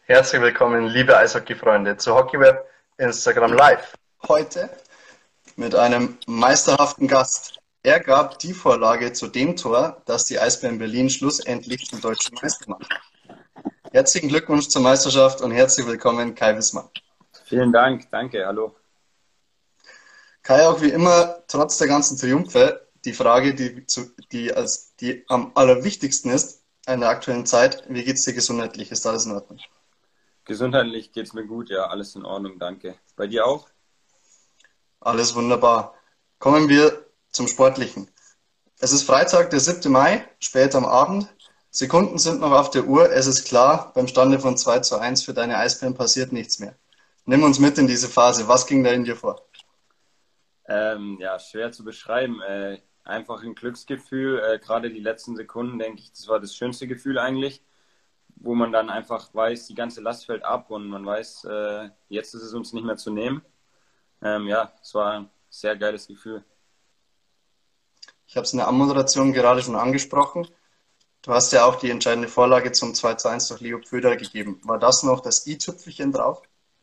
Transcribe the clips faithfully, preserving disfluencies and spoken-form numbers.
Herzlich willkommen, liebe Eishockey-Freunde, zu Hockeyweb Instagram Live. Heute mit einem meisterhaften Gast. Er gab die Vorlage zu dem Tor, das die Eisbären Berlin schlussendlich zum deutschen Meister macht. Herzlichen Glückwunsch zur Meisterschaft und herzlich willkommen, Kai Wissmann. Vielen Dank, danke, hallo. Kai, auch wie immer, trotz der ganzen Triumphe, die Frage, die, zu, die, als, die am allerwichtigsten ist in der aktuellen Zeit, wie geht es dir gesundheitlich? Ist alles in Ordnung? Gesundheitlich geht es mir gut, ja, alles in Ordnung, danke. Bei dir auch? Alles wunderbar. Kommen wir zum Sportlichen. Es ist Freitag, der siebte Mai, spät am Abend. Sekunden sind noch auf der Uhr. Es ist klar, beim Stande von zwei zu eins für deine Eisbären passiert nichts mehr. Nimm uns mit in diese Phase. Was ging da in dir vor? Ähm, ja, schwer zu beschreiben. Äh, einfach ein Glücksgefühl. Äh, gerade die letzten Sekunden, denke ich, das war das schönste Gefühl eigentlich, wo man dann einfach weiß, die ganze Last fällt ab und man weiß, äh, jetzt ist es uns nicht mehr zu nehmen. Ähm, ja, es war ein sehr geiles Gefühl. Ich habe es in der Anmoderation gerade schon angesprochen. Du hast ja auch die entscheidende Vorlage zum zwei zu eins durch Leo Pföder gegeben. War das noch das i-Tüpfelchen drauf?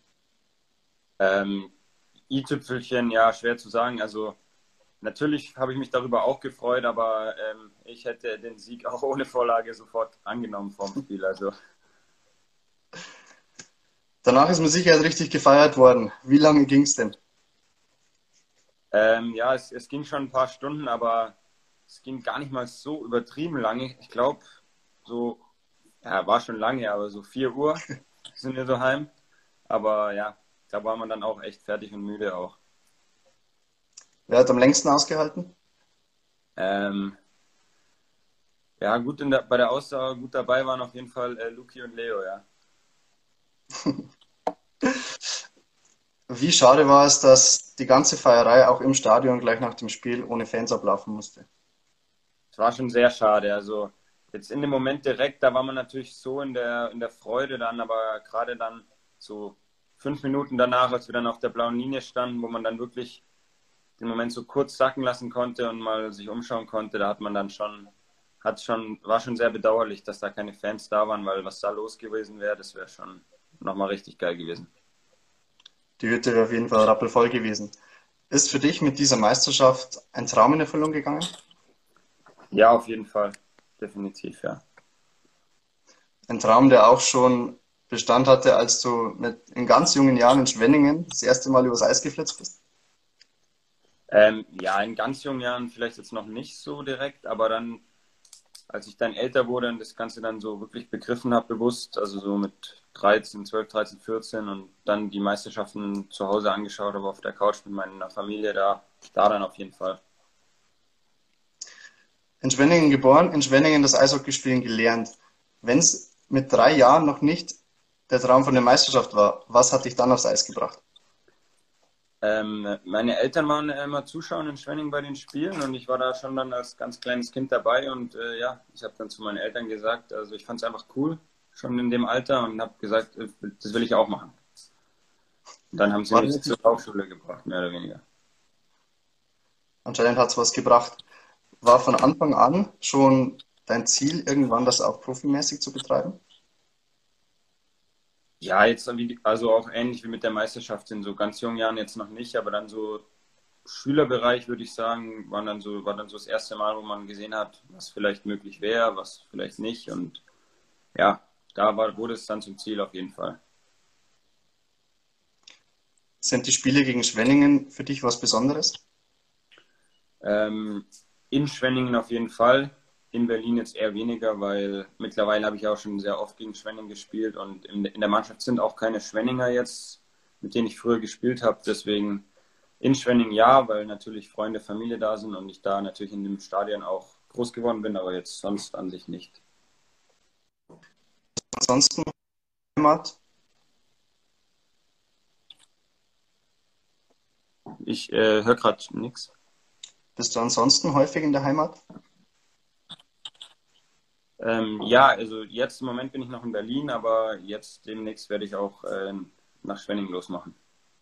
Ähm, i-Tüpfelchen, ja, schwer zu sagen. Also natürlich habe ich mich darüber auch gefreut, aber ähm, ich hätte den Sieg auch ohne Vorlage sofort angenommen vom Spiel. Also Danach ist mit Sicherheit richtig gefeiert worden. Wie lange ging es denn? ähm, ja, es, es ging schon ein paar Stunden, aber es ging gar nicht mal so übertrieben lange. Ich glaube, so, ja, war schon lange, aber so vier Uhr sind wir so heim. Aber ja, da war man dann auch echt fertig und müde auch. Wer hat am längsten ausgehalten? Ähm, ja, gut in der, bei der Ausdauer gut dabei waren auf jeden Fall äh, Luki und Leo, ja. Wie schade war es, dass die ganze Feierei auch im Stadion gleich nach dem Spiel ohne Fans ablaufen musste. Es war schon sehr schade. Also jetzt in dem Moment direkt, da war man natürlich so in der, in der Freude dann, aber gerade dann so fünf Minuten danach, als wir dann auf der blauen Linie standen, wo man dann wirklich den Moment so kurz sacken lassen konnte und mal sich umschauen konnte, da hat man dann schon, hat schon, war schon sehr bedauerlich, dass da keine Fans da waren, weil was da los gewesen wäre, das wäre schon nochmal richtig geil gewesen. Die Hütte wäre auf jeden Fall rappelvoll gewesen. Ist für dich mit dieser Meisterschaft ein Traum in Erfüllung gegangen? Ja, auf jeden Fall. Definitiv, ja. Ein Traum, der auch schon Bestand hatte, als du mit in ganz jungen Jahren in Schwenningen das erste Mal übers Eis geflitzt bist? Ähm, ja, in ganz jungen Jahren vielleicht jetzt noch nicht so direkt, aber dann, als ich dann älter wurde und das Ganze dann so wirklich begriffen habe, bewusst, also so mit dreizehn, zwölf, dreizehn, vierzehn und dann die Meisterschaften zu Hause angeschaut habe auf der Couch mit meiner Familie, da, da dann auf jeden Fall. In Schwenningen geboren, in Schwenningen das Eishockeyspielen gelernt. Wenn es mit drei Jahren noch nicht der Traum von der Meisterschaft war, was hat dich dann aufs Eis gebracht? Ähm, meine Eltern waren immer Zuschauer in Schwenning bei den Spielen und ich war da schon dann als ganz kleines Kind dabei und äh, ja, ich habe dann zu meinen Eltern gesagt, also ich fand es einfach cool, schon in dem Alter und habe gesagt, äh, das will ich auch machen. Und dann haben sie War mich zur Hauptschule gebracht, mehr oder weniger. Anscheinend hat es was gebracht. War von Anfang an schon dein Ziel, irgendwann das auch profimäßig zu betreiben? Ja, jetzt wie, also auch ähnlich wie mit der Meisterschaft in so ganz jungen Jahren jetzt noch nicht, aber dann so Schülerbereich würde ich sagen, war dann so, war dann so das erste Mal, wo man gesehen hat, was vielleicht möglich wäre, was vielleicht nicht und ja, da war, wurde es dann zum Ziel auf jeden Fall. Sind die Spiele gegen Schwenningen für dich was Besonderes? Ähm, in Schwenningen auf jeden Fall, in Berlin jetzt eher weniger, weil mittlerweile habe ich auch schon sehr oft gegen Schwenningen gespielt und in, in der Mannschaft sind auch keine Schwenninger jetzt, mit denen ich früher gespielt habe. Deswegen in Schwenningen ja, weil natürlich Freunde, Familie da sind und ich da natürlich in dem Stadion auch groß geworden bin, aber jetzt sonst an sich nicht. Ansonsten Heimat? Ich äh, höre gerade nichts. Bist du ansonsten häufig in der Heimat? Ähm, ja, also jetzt im Moment bin ich noch in Berlin, aber jetzt demnächst werde ich auch äh, nach Schwenningen losmachen.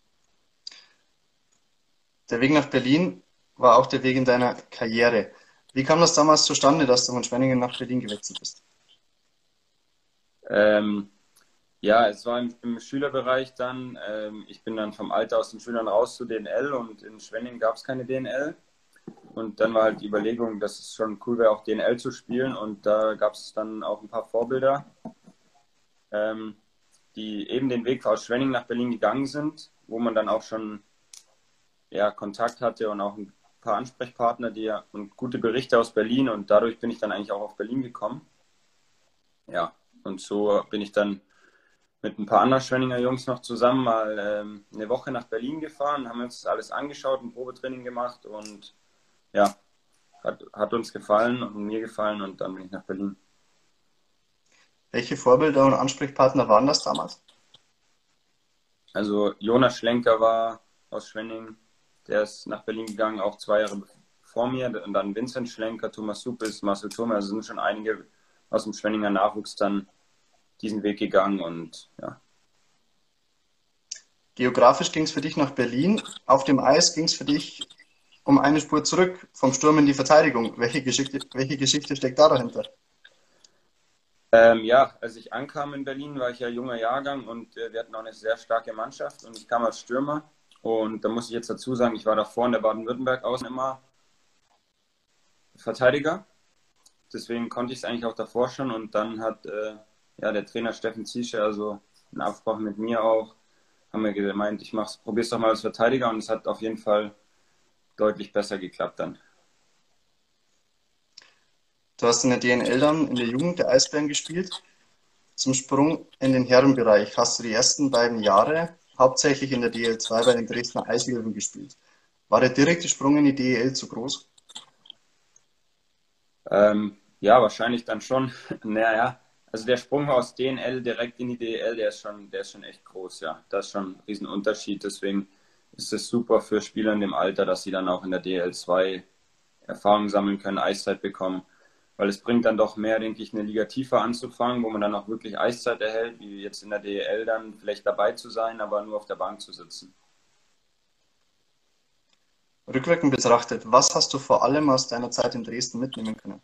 Der Weg nach Berlin war auch der Weg in deiner Karriere. Wie kam das damals zustande, dass du von Schwenningen nach Berlin gewechselt bist? Ähm, Ja, es war im, im Schülerbereich dann. Ähm, ich bin dann vom Alter aus den Schülern raus zu D N L und in Schwenning gab es keine D N L. Und dann war halt die Überlegung, dass es schon cool wäre, auch D N L zu spielen. Und da gab es dann auch ein paar Vorbilder, ähm, die eben den Weg aus Schwenning nach Berlin gegangen sind, wo man dann auch schon ja, Kontakt hatte und auch ein paar Ansprechpartner, die ja, und gute Berichte aus Berlin. Und dadurch bin ich dann eigentlich auch auf Berlin gekommen. Ja, und so bin ich dann mit ein paar anderen Schwenninger Jungs noch zusammen mal ähm, eine Woche nach Berlin gefahren, haben uns das alles angeschaut, ein Probetraining gemacht und ja, hat, hat uns gefallen und mir gefallen und dann bin ich nach Berlin. Welche Vorbilder und Ansprechpartner waren das damals? Also Jonas Schlenker war aus Schwenning, der ist nach Berlin gegangen, auch zwei Jahre vor mir. Und dann Vincent Schlenker, Thomas Suppes, Marcel Thome, also sind schon einige aus dem Schwenninger Nachwuchs dann diesen Weg gegangen und ja. Geografisch ging es für dich nach Berlin. Auf dem Eis ging es für dich um eine Spur zurück, vom Sturm in die Verteidigung. Welche Geschichte, welche Geschichte steckt da dahinter? Ähm, ja, als ich ankam in Berlin, war ich ja junger Jahrgang und äh, wir hatten auch eine sehr starke Mannschaft und ich kam als Stürmer. Und da muss ich jetzt dazu sagen, ich war davor in der Baden-Württemberg außen immer Verteidiger. Deswegen konnte ich es eigentlich auch davor schon. Und dann hat äh, ja, der Trainer Steffen Ziesche, also in Absprache mit mir auch, haben wir gemeint, ich mach's, probier's doch mal als Verteidiger und es hat auf jeden Fall deutlich besser geklappt dann. Du hast in der D N L dann in der Jugend der Eisbären gespielt. Zum Sprung in den Herrenbereich hast du die ersten beiden Jahre hauptsächlich in der D L zwei bei den Dresdner Eislöwen gespielt. War der direkte Sprung in die D E L zu groß? Ähm, ja, wahrscheinlich dann schon. Naja, also der Sprung aus D N L direkt in die D E L, der ist schon, der ist schon echt groß, ja. Das ist schon ein Riesenunterschied. Deswegen ist es super für Spieler in dem Alter, dass sie dann auch in der D E L zwei Erfahrung sammeln können, Eiszeit bekommen. Weil es bringt dann doch mehr, denke ich, eine Liga tiefer anzufangen, wo man dann auch wirklich Eiszeit erhält, wie jetzt in der D E L dann vielleicht dabei zu sein, aber nur auf der Bank zu sitzen. Rückwirkend betrachtet, was hast du vor allem aus deiner Zeit in Dresden mitnehmen können?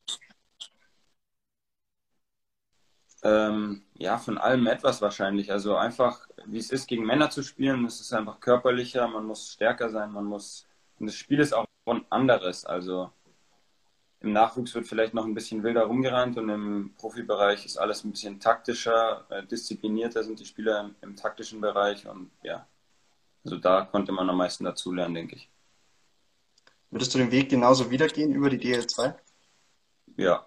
Ähm, ja, von allem etwas wahrscheinlich. Also einfach, wie es ist, gegen Männer zu spielen, es ist einfach körperlicher, man muss stärker sein, man muss, und das Spiel ist auch ein anderes. Also im Nachwuchs wird vielleicht noch ein bisschen wilder rumgerannt und im Profibereich ist alles ein bisschen taktischer, äh, disziplinierter sind die Spieler im, im taktischen Bereich und ja, also da konnte man am meisten dazulernen, denke ich. Würdest du den Weg genauso wieder gehen über die D L zwei? Ja.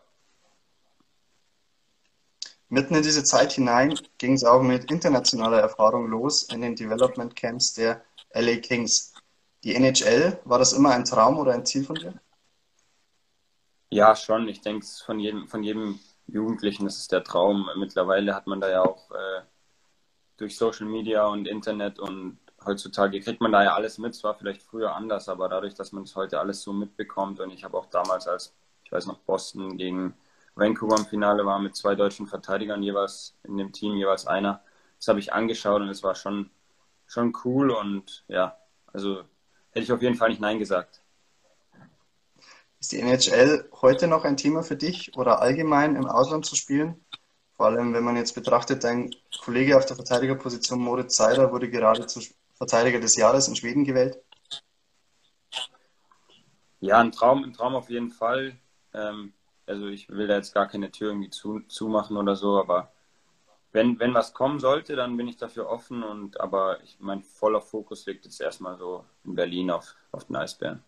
Mitten in diese Zeit hinein ging es auch mit internationaler Erfahrung los in den Development Camps der L A Kings. Die N H L, war das immer ein Traum oder ein Ziel von dir? Ja, schon. Ich denke, es ist von jedem, von jedem Jugendlichen, das ist der Traum. Mittlerweile hat man da ja auch äh, durch Social Media und Internet und heutzutage kriegt man da ja alles mit. Es war vielleicht früher anders, aber dadurch, dass man es heute alles so mitbekommt und ich habe auch damals, als ich weiß noch, Boston gegen Vancouver im Finale war mit zwei deutschen Verteidigern jeweils in dem Team, jeweils einer. Das habe ich angeschaut und es war schon, schon cool und ja, also hätte ich auf jeden Fall nicht Nein gesagt. Ist die N H L heute noch ein Thema für dich oder allgemein im Ausland zu spielen? Vor allem, wenn man jetzt betrachtet, dein Kollege auf der Verteidigerposition Moritz Seider wurde gerade zu Verteidiger des Jahres in Schweden gewählt. Ja, ein Traum, ein Traum auf jeden Fall. Ähm, also ich will da jetzt gar keine Tür irgendwie zu, zumachen oder so, aber wenn, wenn was kommen sollte, dann bin ich dafür offen und aber ich, mein voller Fokus liegt jetzt erstmal so in Berlin auf, auf den Eisbären.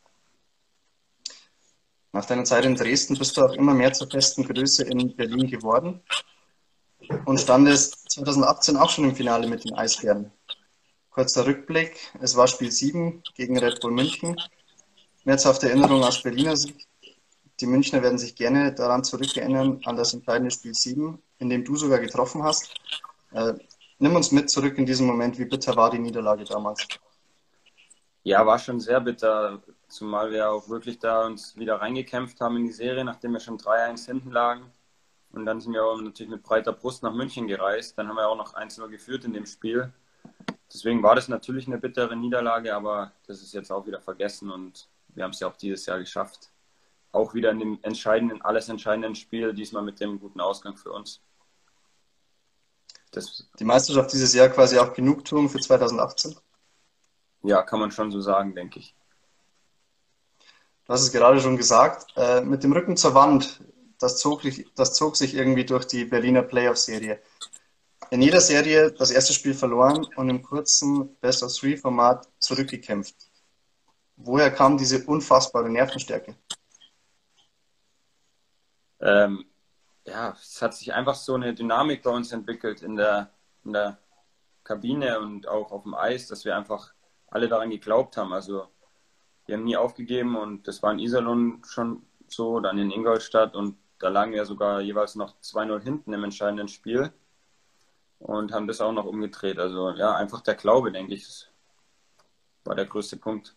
Nach deiner Zeit in Dresden bist du auch immer mehr zur festen Größe in Berlin geworden und standest zwanzig achtzehn auch schon im Finale mit den Eisbären. Kurzer Rückblick, es war Spiel sieben gegen Red Bull München. Schmerzhafte Erinnerung aus Berliner Sicht. Die Münchner werden sich gerne daran zurückerinnern, an das entscheidende Spiel sieben, in dem du sogar getroffen hast. Äh, nimm uns mit zurück in diesen Moment, wie bitter war die Niederlage damals? Ja, war schon sehr bitter, zumal wir auch wirklich da uns wieder reingekämpft haben in die Serie, nachdem wir schon drei eins hinten lagen. Und dann sind wir auch natürlich mit breiter Brust nach München gereist. Dann haben wir auch noch eins null geführt in dem Spiel. Deswegen war das natürlich eine bittere Niederlage, aber das ist jetzt auch wieder vergessen und wir haben es ja auch dieses Jahr geschafft. Auch wieder in dem entscheidenden, alles entscheidenden Spiel, diesmal mit dem guten Ausgang für uns. Das, Die Meisterschaft dieses Jahr quasi auch Genugtuung für zweitausendachtzehn? ja, kann man schon so sagen, denke ich. Du hast es gerade schon gesagt, äh, mit dem Rücken zur Wand, das zog, das zog sich irgendwie durch die Berliner Playoff-Serie. In jeder Serie das erste Spiel verloren und im kurzen Best-of-Three-Format zurückgekämpft. Woher kam diese unfassbare Nervenstärke? Ähm, ja, es hat sich einfach so eine Dynamik bei uns entwickelt in der, in der Kabine und auch auf dem Eis, dass wir einfach alle daran geglaubt haben. Also wir haben nie aufgegeben und das war in Iserlohn schon so, dann in Ingolstadt und da lagen wir sogar jeweils noch zwei null hinten im entscheidenden Spiel und haben das auch noch umgedreht. Also ja, einfach der Glaube, denke ich, war der größte Punkt.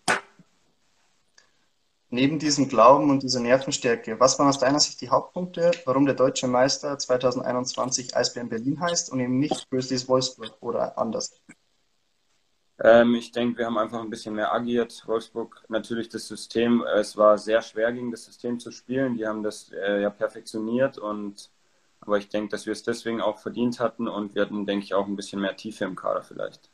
Neben diesem Glauben und dieser Nervenstärke, was waren aus deiner Sicht die Hauptpunkte, warum der deutsche Meister zweitausendeinundzwanzig Eisbären Berlin heißt und eben nicht Grizzlies Wolfsburg oder anders? Ähm, ich denke, wir haben einfach ein bisschen mehr agiert. Wolfsburg natürlich das System, äh, es war sehr schwer gegen das System zu spielen. Die haben das äh, ja perfektioniert und aber ich denke, dass wir es deswegen auch verdient hatten und wir hatten, denke ich, auch ein bisschen mehr Tiefe im Kader vielleicht.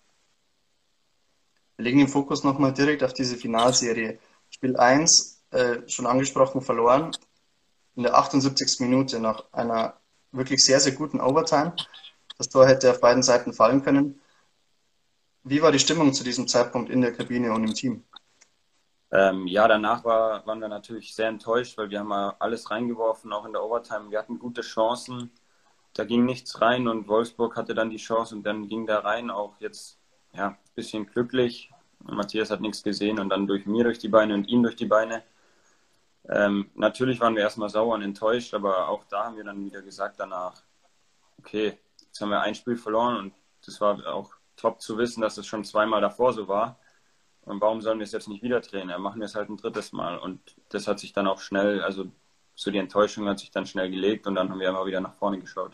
Wir legen den Fokus nochmal direkt auf diese Finalserie. Spiel eins, äh, schon angesprochen, verloren. In der achtundsiebzigsten Minute nach einer wirklich sehr, sehr guten Overtime. Das Tor hätte auf beiden Seiten fallen können. Wie war die Stimmung zu diesem Zeitpunkt in der Kabine und im Team? Ähm, ja, danach war, waren wir natürlich sehr enttäuscht, weil wir haben mal alles reingeworfen, auch in der Overtime. Wir hatten gute Chancen, da ging nichts rein und Wolfsburg hatte dann die Chance und dann ging da rein, auch jetzt ja, ein bisschen glücklich. Matthias hat nichts gesehen und dann durch mir durch die Beine und ihn durch die Beine. Ähm, natürlich waren wir erstmal sauer und enttäuscht, aber auch da haben wir dann wieder gesagt danach, okay, jetzt haben wir ein Spiel verloren und das war auch top zu wissen, dass es schon zweimal davor so war. Und warum sollen wir es jetzt nicht wieder drehen? Ja, machen wir es halt ein drittes Mal. Und das hat sich dann auch schnell, also so die Enttäuschung hat sich dann schnell gelegt und dann haben wir immer wieder nach vorne geschaut.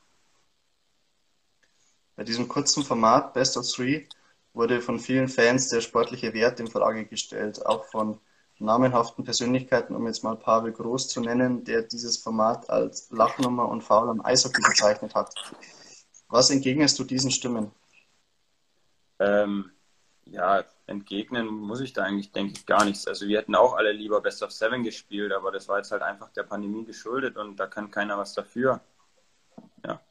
Bei diesem kurzen Format Best of Three wurde von vielen Fans der sportliche Wert in Frage gestellt, auch von namenhaften Persönlichkeiten, um jetzt mal Pavel Groß zu nennen, der dieses Format als Lachnummer und Foul am Eishockey bezeichnet hat. Was entgegnest du diesen Stimmen? Ähm, ja, entgegnen muss ich da eigentlich, denke ich, gar nichts. Also wir hätten auch alle lieber Best of Seven gespielt, aber das war jetzt halt einfach der Pandemie geschuldet und da kann keiner was dafür. Ja.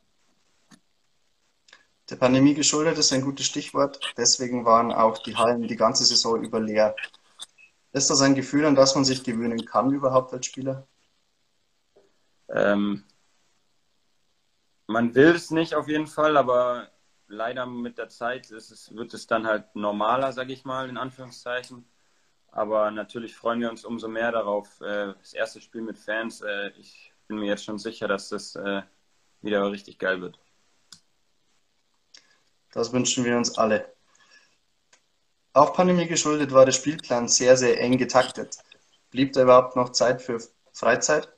Der Pandemie geschuldet ist ein gutes Stichwort, deswegen waren auch die Hallen die ganze Saison über leer. Ist das ein Gefühl, an das man sich gewöhnen kann überhaupt als Spieler? Ähm, man will es nicht auf jeden Fall, aber leider mit der Zeit ist es, wird es dann halt normaler, sage ich mal, in Anführungszeichen. Aber natürlich freuen wir uns umso mehr darauf. Äh, das erste Spiel mit Fans, äh, ich bin mir jetzt schon sicher, dass das äh, wieder richtig geil wird. Das wünschen wir uns alle. Auch Pandemie geschuldet war der Spielplan sehr, sehr eng getaktet. Blieb da überhaupt noch Zeit für Freizeit?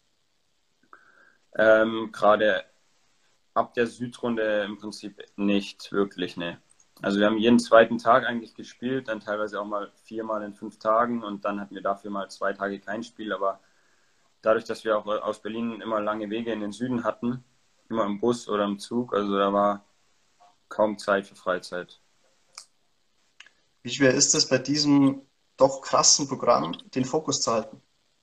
Ähm, gerade ab der Südrunde im Prinzip nicht wirklich, ne. Also wir haben jeden zweiten Tag eigentlich gespielt, dann teilweise auch mal viermal in fünf Tagen und dann hatten wir dafür mal zwei Tage kein Spiel, aber dadurch, dass wir auch aus Berlin immer lange Wege in den Süden hatten, immer im Bus oder im Zug, also da war kaum Zeit für Freizeit. Wie schwer ist es bei diesem doch krassen Programm, den Fokus zu halten?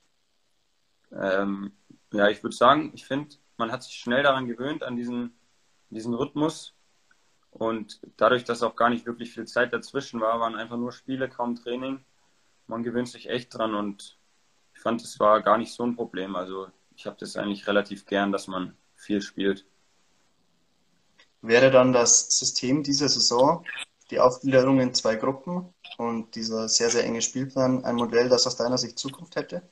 Ähm, ja, ich würde sagen, ich finde, man hat sich schnell daran gewöhnt, an diesen, diesen Rhythmus. Und dadurch, dass auch gar nicht wirklich viel Zeit dazwischen war, waren einfach nur Spiele, kaum Training. Man gewöhnt sich echt dran und ich fand, es war gar nicht so ein Problem. Also ich habe das eigentlich relativ gern, dass man viel spielt. Wäre dann das System dieser Saison, die Aufgliederung in zwei Gruppen und dieser sehr, sehr enge Spielplan ein Modell, das aus deiner Sicht Zukunft hätte?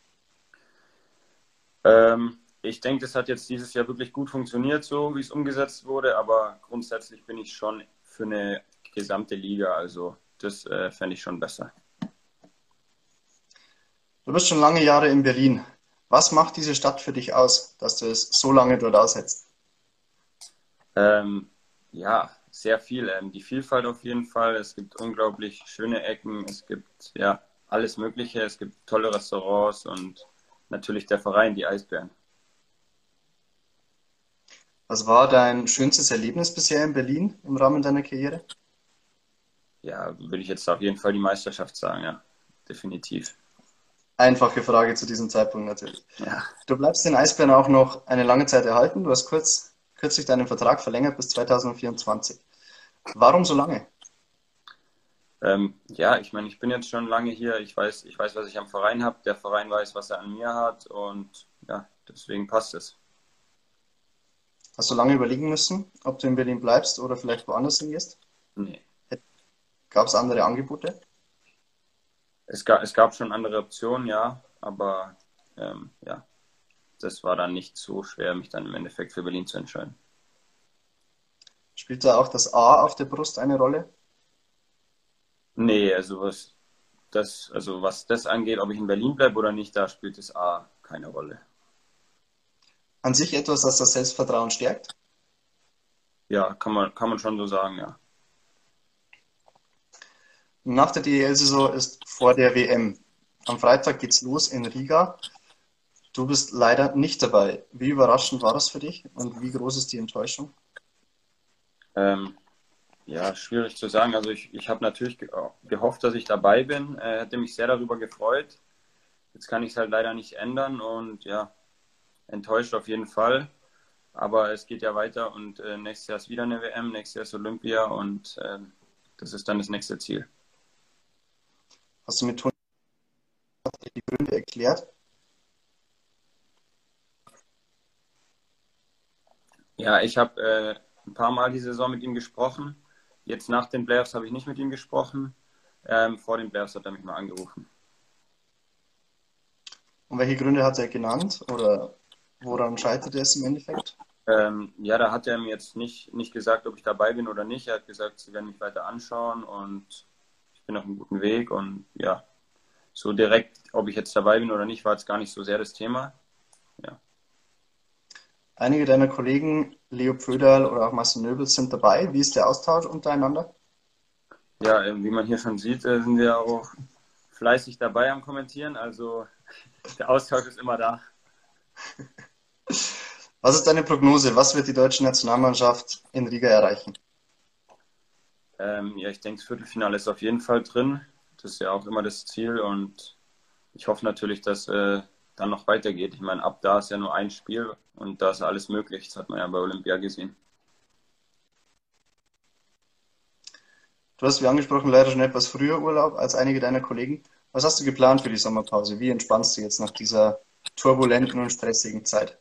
Ähm, ich denke, das hat jetzt dieses Jahr wirklich gut funktioniert, so wie es umgesetzt wurde, aber grundsätzlich bin ich schon für eine gesamte Liga. Also das äh, fände ich schon besser. Du bist schon lange Jahre in Berlin. Was macht diese Stadt für dich aus, dass du es so lange dort aushältst? Ähm, ja, sehr viel. Ähm, die Vielfalt auf jeden Fall. Es gibt unglaublich schöne Ecken. Es gibt ja alles Mögliche. Es gibt tolle Restaurants und natürlich der Verein, die Eisbären. Was war dein schönstes Erlebnis bisher in Berlin im Rahmen deiner Karriere? Ja, würde ich jetzt auf jeden Fall die Meisterschaft sagen, ja, definitiv. Einfache Frage zu diesem Zeitpunkt natürlich. Ja, Du bleibst den Eisbären auch noch eine lange Zeit erhalten. Du hast kurz, kürzlich deinen Vertrag verlängert bis zweitausendvierundzwanzig. Warum so lange? ähm, ja, ich meine, ich bin jetzt schon lange hier. Ich weiß, ich weiß, was ich am Verein habe. Der Verein weiß, was er an mir hat und ja, deswegen passt es. Hast du lange überlegen müssen, ob du in Berlin bleibst oder vielleicht woanders hingehst? Nee. Gab es andere Angebote? Es gab, es gab schon andere Optionen, ja, aber ähm, ja, das war dann nicht so schwer, mich dann im Endeffekt für Berlin zu entscheiden. Spielt da auch das A auf der Brust eine Rolle? Nee, also was das, also was das angeht, ob ich in Berlin bleibe oder nicht, da spielt das A keine Rolle. An sich etwas, das das Selbstvertrauen stärkt? Ja, kann man, kann man schon so sagen, ja. Nach der D E L-Saison ist vor der W M. Am Freitag geht's los in Riga. Du bist leider nicht dabei. Wie überraschend war das für dich und wie groß ist die Enttäuschung? Ähm, ja, schwierig zu sagen. Also ich, ich habe natürlich ge gehofft, dass ich dabei bin. Äh, hätte mich sehr darüber gefreut. Jetzt kann ich es halt leider nicht ändern und ja, enttäuscht auf jeden Fall. Aber es geht ja weiter und äh, nächstes Jahr ist wieder eine W M, nächstes Jahr ist Olympia und äh, das ist dann das nächste Ziel. Hast du mit Toni die Gründe erklärt? Ja, ich habe äh, ein paar Mal die Saison mit ihm gesprochen. Jetzt nach den Playoffs habe ich nicht mit ihm gesprochen. Ähm, vor den Playoffs hat er mich mal angerufen. Und welche Gründe hat er genannt oder woran scheitert es im Endeffekt? Ähm, ja, da hat er mir jetzt nicht, nicht gesagt, ob ich dabei bin oder nicht. Er hat gesagt, sie werden mich weiter anschauen und ich bin auf einem guten Weg. Und ja, so direkt, ob ich jetzt dabei bin oder nicht, war jetzt gar nicht so sehr das Thema. Ja, Einige deiner Kollegen, Leo Pföderl oder auch Marcel Nöbel, sind dabei. Wie ist der Austausch untereinander? ja ähm, wie man hier schon sieht, äh, sind wir auch fleißig dabei am Kommentieren. Also der Austausch ist immer da. Was ist deine Prognose? Was wird die deutsche Nationalmannschaft in Riga erreichen? Ähm, ja, ich denke, das Viertelfinale ist auf jeden Fall drin. Das ist ja auch immer das Ziel und ich hoffe natürlich, dass äh, dann noch weitergeht. Ich meine, ab da ist ja nur ein Spiel und da ist ja alles möglich. Das hat man ja bei Olympia gesehen. Du hast, wie angesprochen, leider schon etwas früher Urlaub als einige deiner Kollegen. Was hast du geplant für die Sommerpause? Wie entspannst du jetzt nach dieser turbulenten und stressigen Zeit?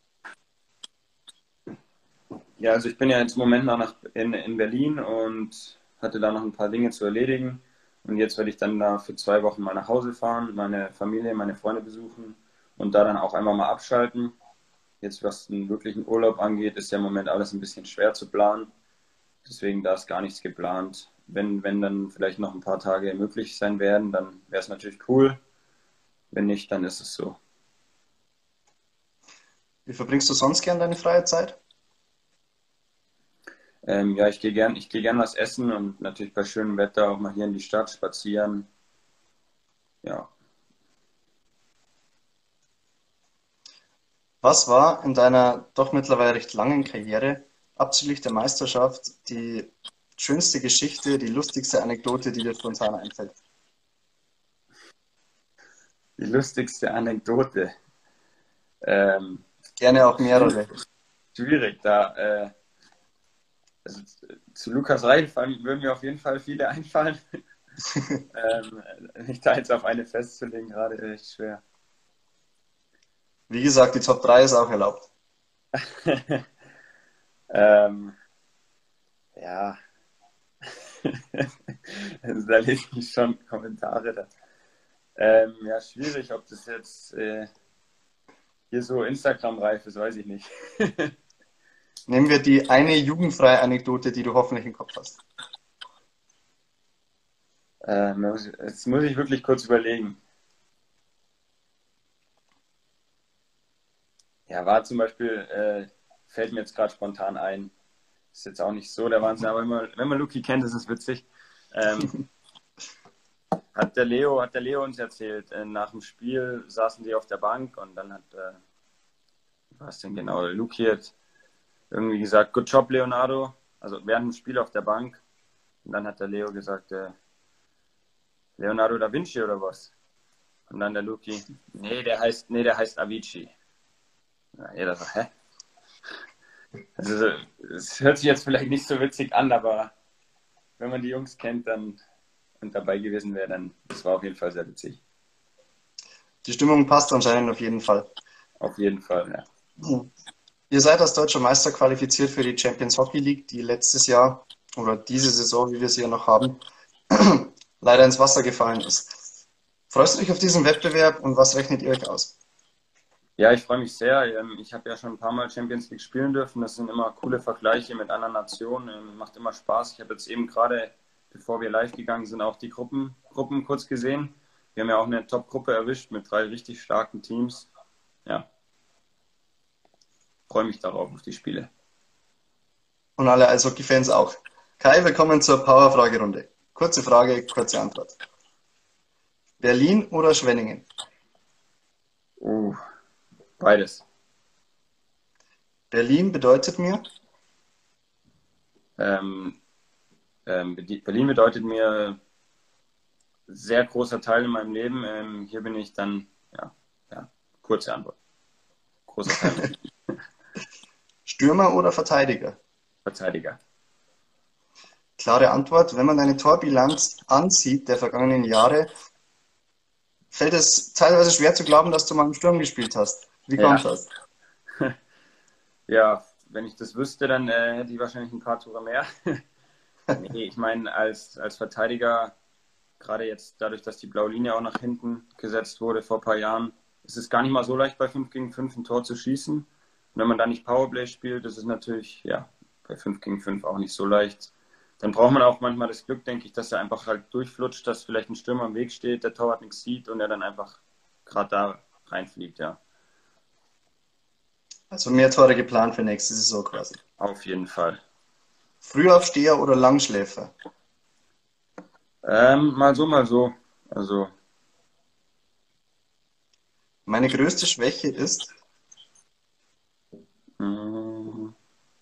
Ja, also ich bin ja jetzt im Moment noch nach, in, in Berlin und hatte da noch ein paar Dinge zu erledigen. Und jetzt werde ich dann da für zwei Wochen mal nach Hause fahren, meine Familie, meine Freunde besuchen und da dann auch einmal mal abschalten. Jetzt, was den wirklichen Urlaub angeht, ist ja im Moment alles ein bisschen schwer zu planen. Deswegen da ist gar nichts geplant. Wenn, wenn dann vielleicht noch ein paar Tage möglich sein werden, dann wäre es natürlich cool. Wenn nicht, dann ist es so. Wie verbringst du sonst gern deine freie Zeit? Ähm, ja, ich gehe gern, ich gehe gern was essen und natürlich bei schönem Wetter auch mal hier in die Stadt spazieren. Ja, Was war in deiner doch mittlerweile recht langen Karriere abzüglich der Meisterschaft die schönste Geschichte, die lustigste Anekdote, die dir spontan einfällt? die lustigste Anekdote. Ähm, Gerne auch schwierig, mehrere. schwierig da. Äh, also zu Lukas Reichel fallen- würden mir auf jeden Fall viele einfallen. ähm, mich da jetzt auf eine festzulegen, gerade echt schwer. Wie gesagt, die Top drei ist auch erlaubt. ähm, ja, also da lese ich schon Kommentare da. Ähm, ja, schwierig, ob das jetzt äh, hier so Instagram-reif ist, weiß ich nicht. Nehmen wir die eine jugendfreie Anekdote, die du hoffentlich im Kopf hast. Ähm, jetzt muss ich wirklich kurz überlegen. Ja, war zum Beispiel, äh, fällt mir jetzt gerade spontan ein. Ist jetzt auch nicht so der Wahnsinn, aber wenn man, wenn man Luki kennt, ist es witzig. Ähm, hat der Leo, hat der Leo uns erzählt, äh, nach dem Spiel saßen die auf der Bank und dann hat, äh, was denn genau, Luki hat irgendwie gesagt, good job, Leonardo. Also während dem Spiel auf der Bank. Und dann hat der Leo gesagt, äh, Leonardo da Vinci oder was? Und dann der Luki, nee, der heißt, nee, der heißt Avicii. Ja, jeder so, hä? Also, es hört sich jetzt vielleicht nicht so witzig an, aber wenn man die Jungs kennt dann und dabei gewesen wäre, dann das war auf jeden Fall sehr witzig. Die Stimmung passt anscheinend auf jeden Fall. Auf jeden Fall, ja. Ihr seid als deutscher Meister qualifiziert für die Champions Hockey League, die letztes Jahr oder diese Saison, wie wir sie ja noch haben, leider ins Wasser gefallen ist. Freust du dich auf diesen Wettbewerb und was rechnet ihr euch aus? Ja, ich freue mich sehr. Ich habe ja schon ein paar Mal Champions League spielen dürfen. Das sind immer coole Vergleiche mit anderen Nationen. Macht immer Spaß. Ich habe jetzt eben gerade, bevor wir live gegangen sind, auch die Gruppen, Gruppen kurz gesehen. Wir haben ja auch eine Top-Gruppe erwischt mit drei richtig starken Teams. Ja, freue mich darauf, auf die Spiele. Und alle Eishockey-Fans auch. Kai, willkommen zur Power-Fragerunde. Kurze Frage, kurze Antwort. Berlin oder Schwenningen? Uh, beides. Berlin bedeutet mir? Ähm, ähm, Berlin bedeutet mir sehr großer Teil in meinem Leben. Ähm, hier bin ich dann, ja, ja, kurze Antwort. Großer Teil. Stürmer oder Verteidiger? Verteidiger. Klare Antwort. Wenn man deine Torbilanz ansieht der vergangenen Jahre, fällt es teilweise schwer zu glauben, dass du mal im Sturm gespielt hast. Wie kommt Ja. das? Ja, wenn ich das wüsste, dann äh, hätte ich wahrscheinlich ein paar Tore mehr. Nee, ich meine, als, als Verteidiger, gerade jetzt dadurch, dass die blaue Linie auch nach hinten gesetzt wurde vor ein paar Jahren, ist es gar nicht mal so leicht, bei fünf gegen fünf ein Tor zu schießen. Und wenn man da nicht Powerplay spielt, das ist natürlich, ja, bei fünf gegen fünf auch nicht so leicht. Dann braucht man auch manchmal das Glück, denke ich, dass er einfach halt durchflutscht, dass vielleicht ein Stürmer im Weg steht, der Torwart nichts sieht und er dann einfach gerade da reinfliegt, ja. Also mehr Tore geplant für nächste Saison quasi. Auf jeden Fall. Frühaufsteher oder Langschläfer? Ähm, mal so, mal so. Also, Meine größte Schwäche ist, mh,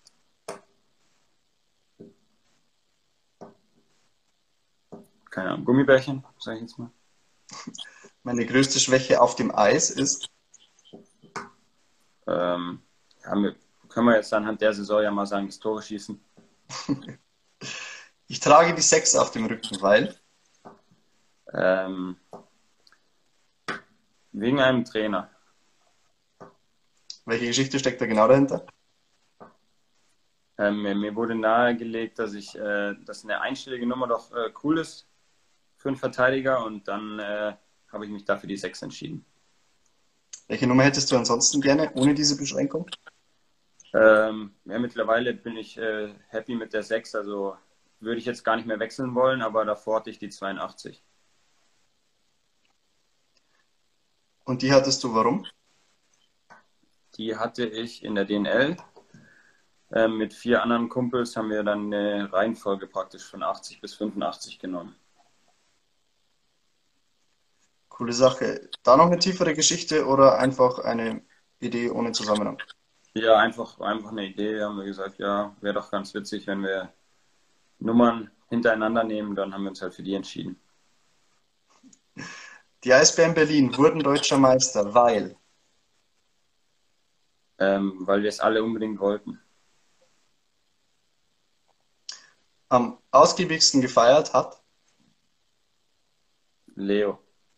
keine Ahnung, Gummibärchen, sage ich jetzt mal. meine größte Schwäche auf dem Eis ist, Ähm, ja, wir, können wir jetzt anhand der Saison ja mal sagen, das Tore schießen. ich trage die sechs auf dem Rücken, weil Ähm, wegen einem Trainer. welche Geschichte steckt da genau dahinter? Ähm, mir, mir wurde nahegelegt, dass ich, äh, dass eine einstellige Nummer doch äh, cool ist für einen Verteidiger und dann äh, habe ich mich dafür die sechs entschieden. Welche Nummer hättest du ansonsten gerne ohne diese Beschränkung? Ähm, ja, mittlerweile bin ich äh, happy mit der sechs, also würde ich jetzt gar nicht mehr wechseln wollen, aber davor hatte ich die zweiundachtzig. Und die hattest du warum? Die hatte ich in der D N L. Ähm, mit vier anderen Kumpels haben wir dann eine Reihenfolge praktisch von achtzig bis fünfundachtzig genommen. Coole Sache. Da noch eine tiefere Geschichte oder einfach eine Idee ohne Zusammenhang? Ja, einfach, einfach eine Idee. Haben wir gesagt, ja, wäre doch ganz witzig, wenn wir Nummern hintereinander nehmen. Dann haben wir uns halt für die entschieden. Die Eisbären Berlin wurden deutscher Meister, weil Ähm, weil wir es alle unbedingt wollten. am ausgiebigsten gefeiert hat. Leo.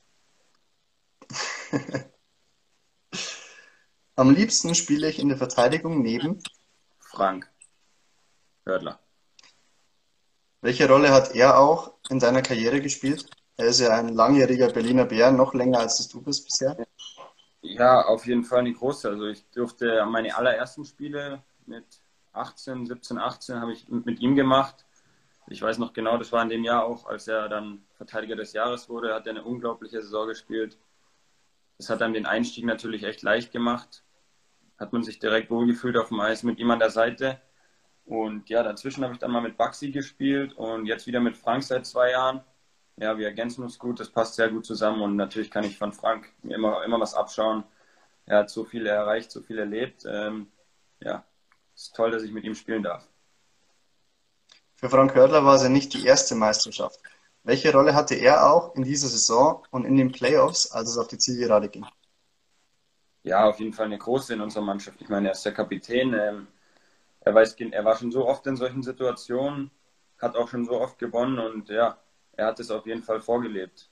Am liebsten spiele ich in der Verteidigung neben. Frank. Hördler. Welche Rolle hat er auch in deiner Karriere gespielt? Er ist ja ein langjähriger Berliner Bär, noch länger als es du bist bisher. Ja, auf jeden Fall eine große. Also ich durfte meine allerersten Spiele mit achtzehn, siebzehn, achtzehn habe ich mit ihm gemacht. Ich weiß noch genau, das war in dem Jahr auch, als er dann Verteidiger des Jahres wurde, hat er eine unglaubliche Saison gespielt. Das hat dann den Einstieg natürlich echt leicht gemacht. Hat man sich direkt wohlgefühlt auf dem Eis mit ihm an der Seite. Und ja, dazwischen habe ich dann mal mit Baxi gespielt und jetzt wieder mit Frank seit zwei Jahren. Ja, wir ergänzen uns gut, das passt sehr gut zusammen und natürlich kann ich von Frank immer, immer was abschauen. Er hat so viel erreicht, so viel erlebt. Ähm, ja, es ist toll, dass ich mit ihm spielen darf. Für Frank Hördler war es ja nicht die erste Meisterschaft. Welche Rolle hatte er auch in dieser Saison und in den Playoffs, als es auf die Zielgerade ging? Ja, auf jeden Fall eine große in unserer Mannschaft. Ich meine, er ist der Kapitän. Ähm, er weiß, er war schon so oft in solchen Situationen, hat auch schon so oft gewonnen und ja, er hat es auf jeden Fall vorgelebt.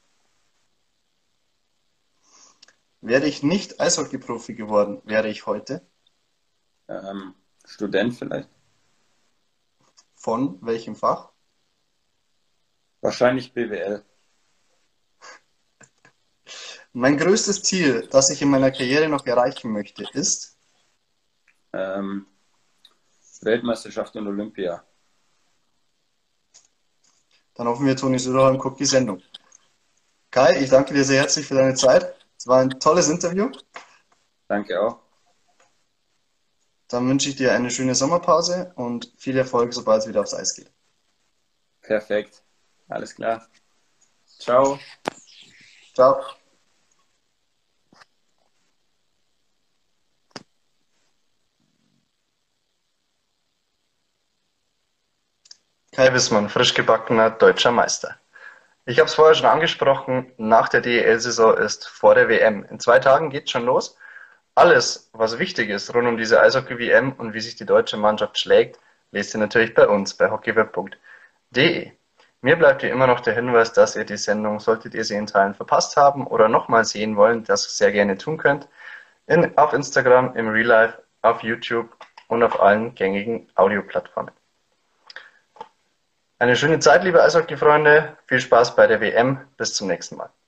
Wäre ich nicht Eishockey-Profi geworden, wäre ich heute Ähm, Student vielleicht. von welchem Fach? Wahrscheinlich B W L. Mein größtes Ziel, das ich in meiner Karriere noch erreichen möchte, ist, Ähm, Weltmeisterschaft und Olympia. dann hoffen wir, Toni Söderholm guckt die Sendung. Kai, ich danke dir sehr herzlich für deine Zeit. Es war ein tolles Interview. Danke auch. Dann wünsche ich dir eine schöne Sommerpause und viel Erfolg, sobald es wieder aufs Eis geht. Perfekt. Alles klar. Ciao. Ciao. Kai Wissmann, frisch gebackener deutscher Meister. Ich habe es vorher schon angesprochen, nach der D E L-Saison ist vor der W M. In zwei Tagen geht's schon los. Alles, was wichtig ist rund um diese Eishockey-W M und wie sich die deutsche Mannschaft schlägt, lest ihr natürlich bei uns bei hockeyweb punkt de. Mir bleibt wie immer noch der Hinweis, dass ihr die Sendung, solltet ihr sie in Teilen verpasst haben oder nochmal sehen wollen, das sehr gerne tun könnt, in, auf Instagram, im Real Life, auf YouTube und auf allen gängigen Audioplattformen. Eine schöne Zeit, liebe Eishockey-Freunde. Viel Spaß bei der W M. Bis zum nächsten Mal.